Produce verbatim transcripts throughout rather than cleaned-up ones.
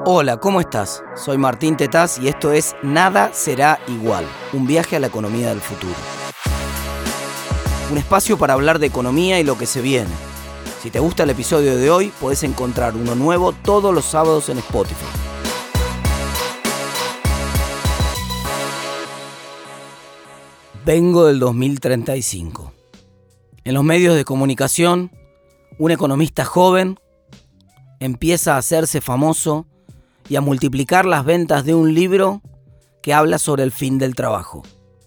Hola, ¿cómo estás? Soy Martín Tetaz y esto es Nada será igual, un viaje a la economía del futuro. Un espacio para hablar de economía y lo que se viene. Si te gusta el episodio de hoy, podés encontrar uno nuevo todos los sábados en Spotify. Vengo del dos mil treinta y cinco. En los medios de comunicación, un economista joven empieza a hacerse famoso y a multiplicar las ventas de un libro que habla sobre el fin del trabajo.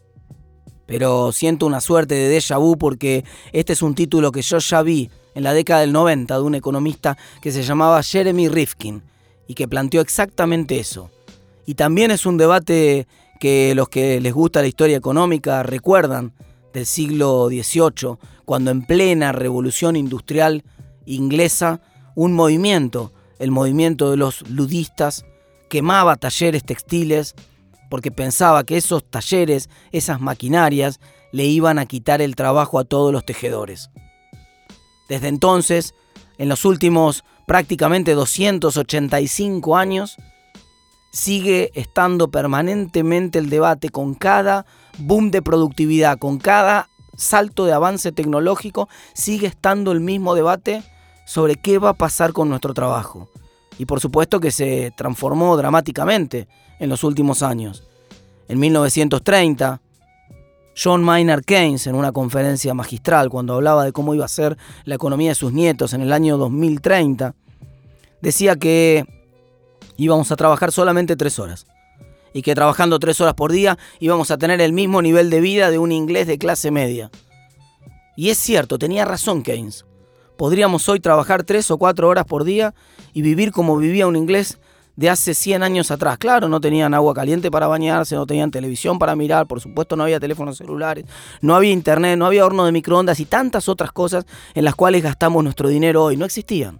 Pero siento una suerte de déjà vu porque este es un título que yo ya vi en la década del noventa de un economista que se llamaba Jeremy Rifkin y que planteó exactamente eso. Y también es un debate que los que les gusta la historia económica recuerdan del siglo dieciocho, cuando en plena revolución industrial inglesa, un movimiento, el movimiento de los ludistas, quemaba talleres textiles porque pensaba que esos talleres, esas maquinarias, le iban a quitar el trabajo a todos los tejedores. Desde entonces, en los últimos prácticamente doscientos ochenta y cinco años, sigue estando permanentemente el debate con cada boom de productividad, con cada salto de avance tecnológico, sigue estando el mismo debate sobre qué va a pasar con nuestro trabajo. Y por supuesto que se transformó dramáticamente en los últimos años. En mil novecientos treinta, John Maynard Keynes, en una conferencia magistral, cuando hablaba de cómo iba a ser la economía de sus nietos en el año dos mil treinta, decía que íbamos a trabajar solamente tres horas. Y que trabajando tres horas por día íbamos a tener el mismo nivel de vida de un inglés de clase media. Y es cierto, tenía razón Keynes. Podríamos hoy trabajar tres o cuatro horas por día y vivir como vivía un inglés de hace cien años atrás. Claro, no tenían agua caliente para bañarse, no tenían televisión para mirar, por supuesto no había teléfonos celulares, no había internet, no había horno de microondas y tantas otras cosas en las cuales gastamos nuestro dinero hoy. No existían.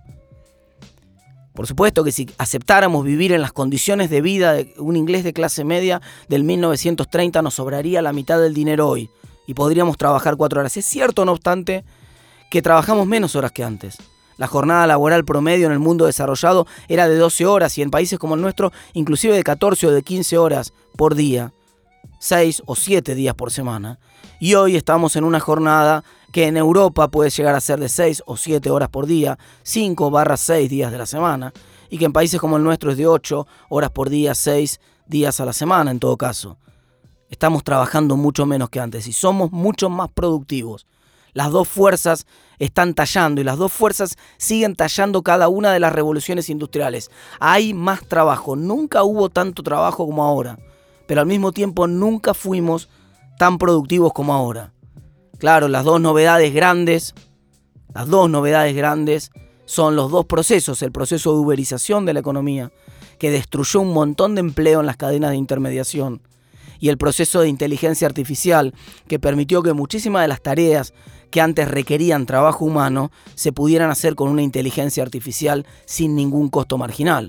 Por supuesto que si aceptáramos vivir en las condiciones de vida de un inglés de clase media del mil novecientos treinta, nos sobraría la mitad del dinero hoy y podríamos trabajar cuatro horas. Es cierto, no obstante, que trabajamos menos horas que antes. La jornada laboral promedio en el mundo desarrollado era de doce horas y en países como el nuestro inclusive de catorce o de quince horas por día, seis o siete días por semana. Y hoy estamos en una jornada que en Europa puede llegar a ser de seis o siete horas por día, cinco barra seis días de la semana, y que en países como el nuestro es de ocho horas por día, seis días a la semana en todo caso. Estamos trabajando mucho menos que antes y somos mucho más productivos. Las dos fuerzas están tallando y las dos fuerzas siguen tallando cada una de las revoluciones industriales. Hay más trabajo, nunca hubo tanto trabajo como ahora, pero al mismo tiempo nunca fuimos tan productivos como ahora. Claro, las dos novedades grandes, las dos novedades grandes son los dos procesos, el proceso de uberización de la economía, que destruyó un montón de empleo en las cadenas de intermediación, y el proceso de inteligencia artificial, que permitió que muchísimas de las tareas que antes requerían trabajo humano se pudieran hacer con una inteligencia artificial sin ningún costo marginal.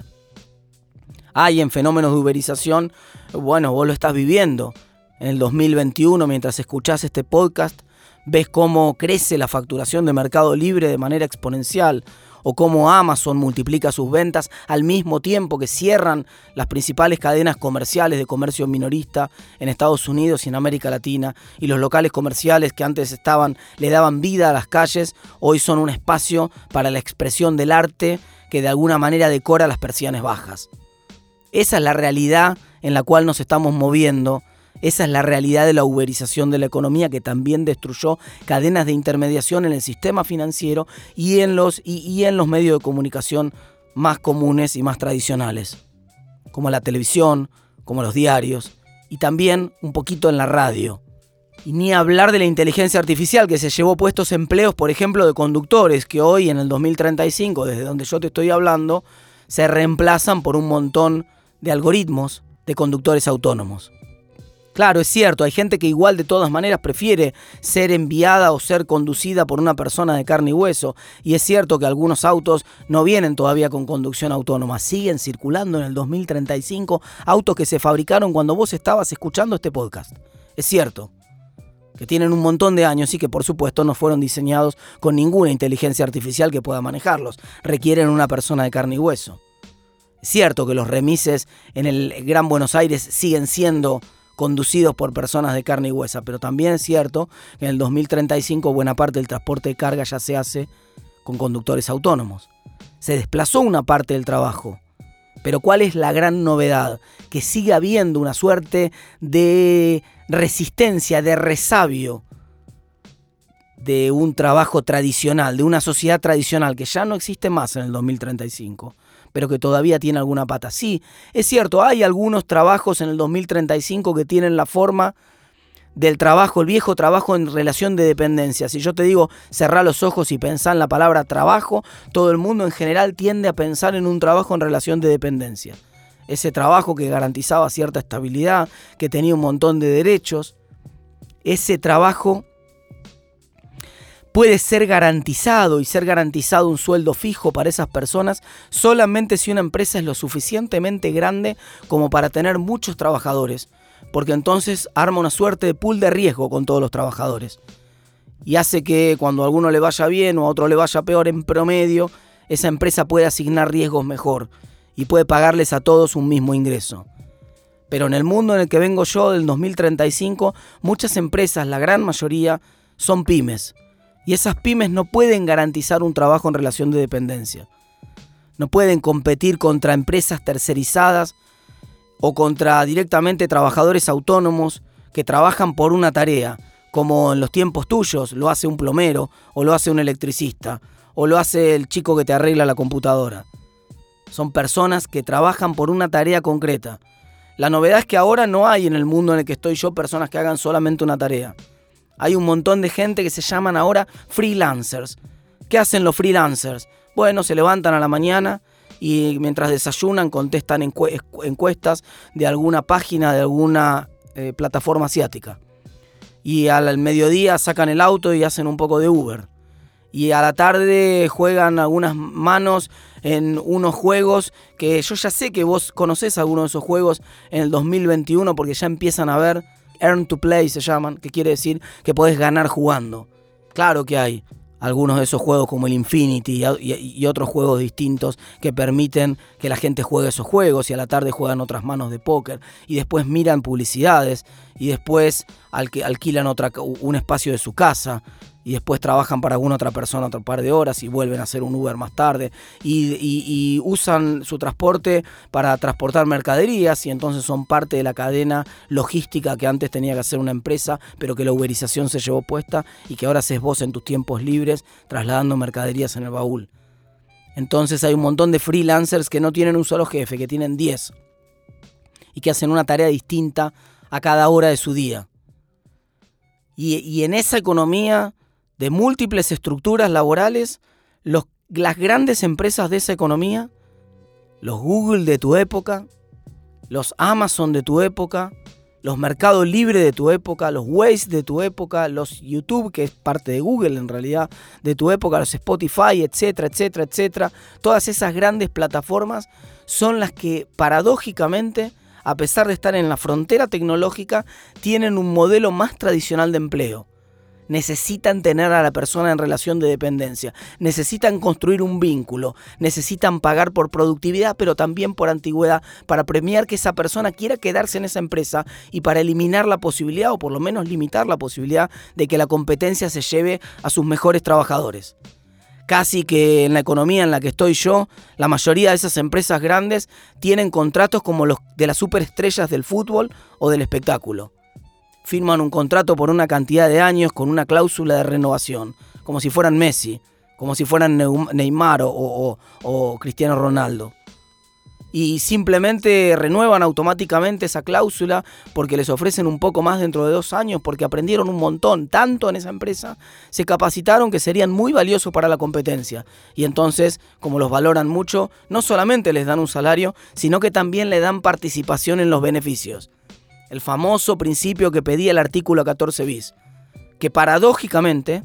Hay en fenómenos de uberización, bueno, vos lo estás viviendo. En el dos mil veintiuno, mientras escuchás este podcast, ves cómo crece la facturación de Mercado Libre de manera exponencial, o cómo Amazon multiplica sus ventas al mismo tiempo que cierran las principales cadenas comerciales de comercio minorista en Estados Unidos y en América Latina, y los locales comerciales que antes estaban, le daban vida a las calles, hoy son un espacio para la expresión del arte que de alguna manera decora las persianas bajas. Esa es la realidad en la cual nos estamos moviendo. Esa es la realidad de la uberización de la economía, que también destruyó cadenas de intermediación en el sistema financiero y en los, y, y en los medios de comunicación más comunes y más tradicionales, como la televisión, como los diarios y también un poquito en la radio. Y ni hablar de la inteligencia artificial, que se llevó puestos empleos, por ejemplo, de conductores, que hoy en el dos mil treinta y cinco, desde donde yo te estoy hablando, se reemplazan por un montón de algoritmos de conductores autónomos. Claro, es cierto, hay gente que igual de todas maneras prefiere ser enviada o ser conducida por una persona de carne y hueso. Y es cierto que algunos autos no vienen todavía con conducción autónoma. Siguen circulando en el dos mil treinta y cinco autos que se fabricaron cuando vos estabas escuchando este podcast. Es cierto que tienen un montón de años y que por supuesto no fueron diseñados con ninguna inteligencia artificial que pueda manejarlos. Requieren una persona de carne y hueso. Cierto que los remises en el Gran Buenos Aires siguen siendo conducidos por personas de carne y hueso, pero también es cierto que en el dos mil treinta y cinco buena parte del transporte de carga ya se hace con conductores autónomos. Se desplazó una parte del trabajo. Pero ¿cuál es la gran novedad? Que sigue habiendo una suerte de resistencia, de resabio de un trabajo tradicional, de una sociedad tradicional que ya no existe más en el dos mil treinta y cinco, pero que todavía tiene alguna pata. Sí, es cierto, hay algunos trabajos en el dos mil treinta y cinco que tienen la forma del trabajo, el viejo trabajo en relación de dependencia. Si yo te digo cerrá los ojos y pensá en la palabra trabajo, todo el mundo en general tiende a pensar en un trabajo en relación de dependencia. Ese trabajo que garantizaba cierta estabilidad, que tenía un montón de derechos, ese trabajo puede ser garantizado y ser garantizado un sueldo fijo para esas personas solamente si una empresa es lo suficientemente grande como para tener muchos trabajadores, porque entonces arma una suerte de pool de riesgo con todos los trabajadores y hace que cuando a alguno le vaya bien o a otro le vaya peor en promedio, esa empresa puede asignar riesgos mejor y puede pagarles a todos un mismo ingreso. Pero en el mundo en el que vengo yo, del dos mil treinta y cinco, muchas empresas, la gran mayoría, son pymes. Y esas pymes no pueden garantizar un trabajo en relación de dependencia. No pueden competir contra empresas tercerizadas o contra directamente trabajadores autónomos que trabajan por una tarea, como en los tiempos tuyos lo hace un plomero, o lo hace un electricista, o lo hace el chico que te arregla la computadora. Son personas que trabajan por una tarea concreta. La novedad es que ahora no hay en el mundo en el que estoy yo personas que hagan solamente una tarea. Hay un montón de gente que se llaman ahora freelancers. ¿Qué hacen los freelancers? Bueno, se levantan a la mañana y mientras desayunan contestan encue- encuestas de alguna página, de alguna eh, plataforma asiática. Y al, al mediodía sacan el auto y hacen un poco de Uber. Y a la tarde juegan algunas manos en unos juegos que yo ya sé que vos conocés algunos de esos juegos en el dos mil veintiuno porque ya empiezan a ver. Earn to Play se llaman, que quiere decir que podés ganar jugando. Claro que hay algunos de esos juegos como el Infinity y, y, y otros juegos distintos que permiten que la gente juegue esos juegos y a la tarde juegan otras manos de póker y después miran publicidades y después alqu- alquilan otra, un espacio de su casa y después trabajan para alguna otra persona otro par de horas y vuelven a hacer un Uber más tarde y, y, y usan su transporte para transportar mercaderías y entonces son parte de la cadena logística que antes tenía que hacer una empresa, pero que la uberización se llevó puesta y que ahora haces vos en tus tiempos libres trasladando mercaderías en el baúl. Entonces hay un montón de freelancers que no tienen un solo jefe, que tienen diez y que hacen una tarea distinta a cada hora de su día. Y, y en esa economía de múltiples estructuras laborales, los, las grandes empresas de esa economía, los Google de tu época, los Amazon de tu época, los Mercado Libre de tu época, los Waze de tu época, los YouTube, que es parte de Google en realidad, de tu época, los Spotify, etcétera, etcétera, etcétera, todas esas grandes plataformas son las que paradójicamente, a pesar de estar en la frontera tecnológica, tienen un modelo más tradicional de empleo. Necesitan tener a la persona en relación de dependencia, necesitan construir un vínculo, necesitan pagar por productividad, pero también por antigüedad, para premiar que esa persona quiera quedarse en esa empresa y para eliminar la posibilidad, o por lo menos limitar la posibilidad, de que la competencia se lleve a sus mejores trabajadores. Casi que en la economía en la que estoy yo, la mayoría de esas empresas grandes tienen contratos como los de las superestrellas del fútbol o del espectáculo. Firman un contrato por una cantidad de años con una cláusula de renovación, como si fueran Messi, como si fueran Neymar o, o, o Cristiano Ronaldo. Y simplemente renuevan automáticamente esa cláusula porque les ofrecen un poco más dentro de dos años, porque aprendieron un montón, tanto en esa empresa, se capacitaron que serían muy valiosos para la competencia. Y entonces, como los valoran mucho, no solamente les dan un salario, sino que también le dan participación en los beneficios. El famoso principio que pedía el artículo catorce bis, que paradójicamente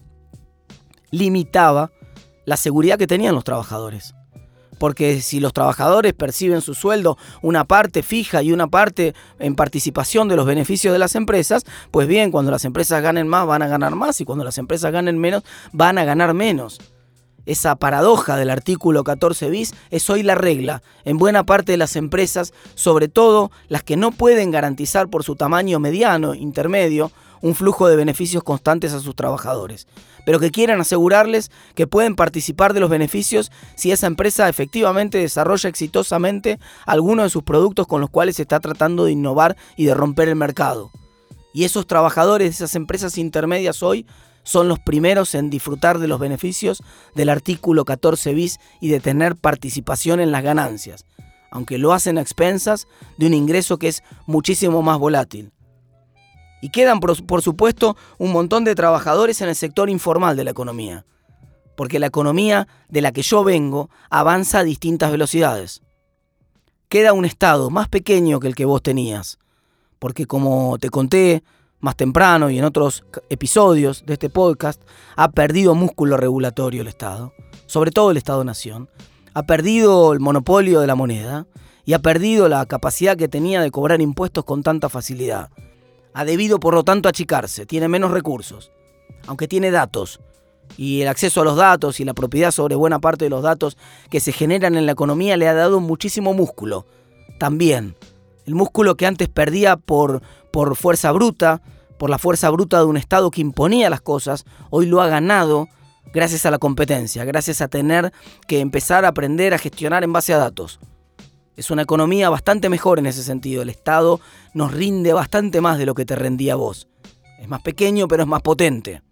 limitaba la seguridad que tenían los trabajadores. Porque si los trabajadores perciben su sueldo una parte fija y una parte en participación de los beneficios de las empresas, pues bien, cuando las empresas ganen más van a ganar más y cuando las empresas ganen menos van a ganar menos. esa paradoja del artículo catorce bis es hoy la regla en buena parte de las empresas, sobre todo las que no pueden garantizar por su tamaño mediano, intermedio, un flujo de beneficios constantes a sus trabajadores, pero que quieran asegurarles que pueden participar de los beneficios si esa empresa efectivamente desarrolla exitosamente alguno de sus productos con los cuales se está tratando de innovar y de romper el mercado. Y esos trabajadores de esas empresas intermedias hoy son los primeros en disfrutar de los beneficios del artículo catorce bis y de tener participación en las ganancias, aunque lo hacen a expensas de un ingreso que es muchísimo más volátil. Y quedan, por, por supuesto, un montón de trabajadores en el sector informal de la economía, porque la economía de la que yo vengo avanza a distintas velocidades. Queda un estado más pequeño que el que vos tenías, porque como te conté más temprano y en otros episodios de este podcast, ha perdido músculo regulatorio el Estado, sobre todo el Estado-Nación, ha perdido el monopolio de la moneda y ha perdido la capacidad que tenía de cobrar impuestos con tanta facilidad. Ha debido, por lo tanto, achicarse, tiene menos recursos, aunque tiene datos, y el acceso a los datos y la propiedad sobre buena parte de los datos que se generan en la economía le ha dado muchísimo músculo. También, el músculo que antes perdía por, por fuerza bruta, por la fuerza bruta de un Estado que imponía las cosas, hoy lo ha ganado gracias a la competencia, gracias a tener que empezar a aprender a gestionar en base a datos. Es una economía bastante mejor en ese sentido. El Estado nos rinde bastante más de lo que te rendía vos. Es más pequeño, pero es más potente.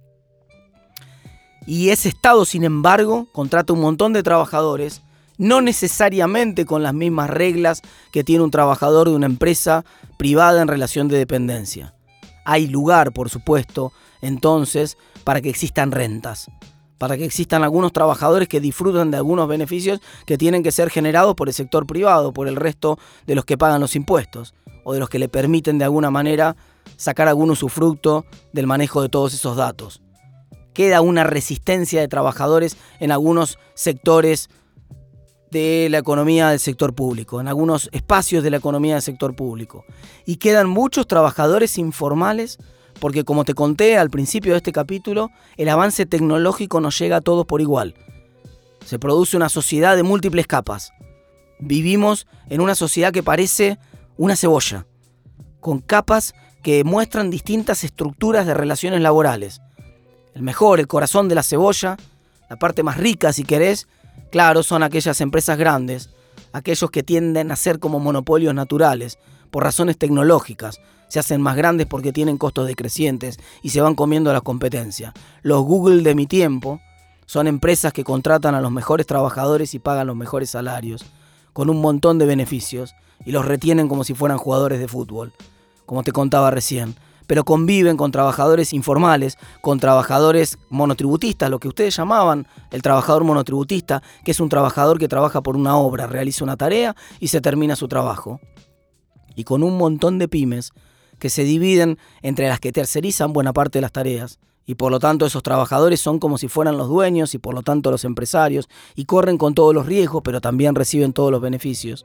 Y ese Estado, sin embargo, contrata un montón de trabajadores, no necesariamente con las mismas reglas que tiene un trabajador de una empresa privada en relación de dependencia. Hay lugar, por supuesto, entonces, para que existan rentas, para que existan algunos trabajadores que disfrutan de algunos beneficios que tienen que ser generados por el sector privado, por el resto de los que pagan los impuestos, o de los que le permiten de alguna manera sacar algún usufructo del manejo de todos esos datos. Queda una resistencia de trabajadores en algunos sectores de la economía del sector público, en algunos espacios de la economía del sector público. Y quedan muchos trabajadores informales porque, como te conté al principio de este capítulo, el avance tecnológico nos llega a todos por igual. Se produce una sociedad de múltiples capas. Vivimos en una sociedad que parece una cebolla, con capas que muestran distintas estructuras de relaciones laborales. El mejor, el corazón de la cebolla, la parte más rica, si querés, claro, son aquellas empresas grandes, aquellos que tienden a ser como monopolios naturales, por razones tecnológicas. Se hacen más grandes porque tienen costos decrecientes y se van comiendo a la competencia. Los Google de mi tiempo son empresas que contratan a los mejores trabajadores y pagan los mejores salarios, con un montón de beneficios, y los retienen como si fueran jugadores de fútbol, como te contaba recién. Pero conviven con trabajadores informales, con trabajadores monotributistas, lo que ustedes llamaban el trabajador monotributista, que es un trabajador que trabaja por una obra, realiza una tarea y se termina su trabajo. Y con un montón de pymes que se dividen entre las que tercerizan buena parte de las tareas. Y por lo tanto esos trabajadores son como si fueran los dueños y por lo tanto los empresarios, y corren con todos los riesgos, pero también reciben todos los beneficios.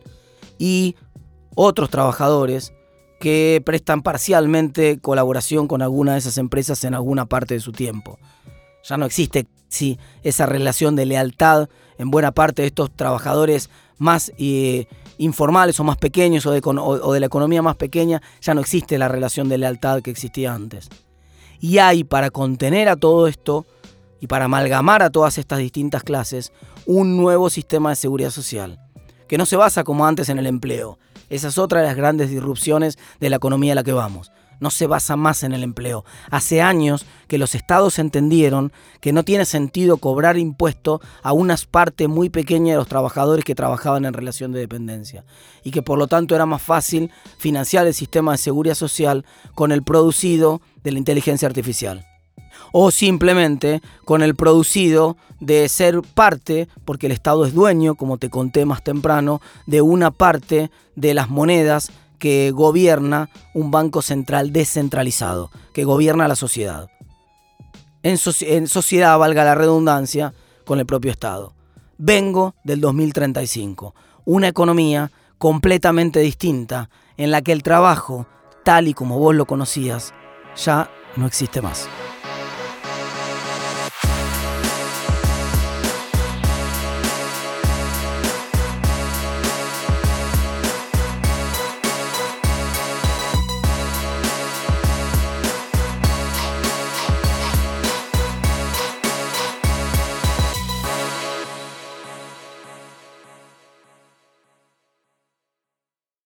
Y otros trabajadores que prestan parcialmente colaboración con alguna de esas empresas en alguna parte de su tiempo. Ya no existe, sí, esa relación de lealtad en buena parte de estos trabajadores más eh, informales o más pequeños o de, o, o de la economía más pequeña. Ya no existe la relación de lealtad que existía antes. Y hay, para contener a todo esto y para amalgamar a todas estas distintas clases, un nuevo sistema de seguridad social, que no se basa como antes en el empleo. Esa es otra de las grandes disrupciones de la economía a la que vamos. No se basa más en el empleo. Hace años que los estados entendieron que no tiene sentido cobrar impuesto a una parte muy pequeña de los trabajadores que trabajaban en relación de dependencia y que por lo tanto era más fácil financiar el sistema de seguridad social con el producido de la inteligencia artificial. O simplemente con el producido de ser parte, porque el Estado es dueño, como te conté más temprano, de una parte de las monedas que gobierna un banco central descentralizado, que gobierna la sociedad. En, soci- en sociedad, valga la redundancia, con el propio Estado. Vengo del dos mil treinta y cinco, una economía completamente distinta, en la que el trabajo, tal y como vos lo conocías, ya no existe más.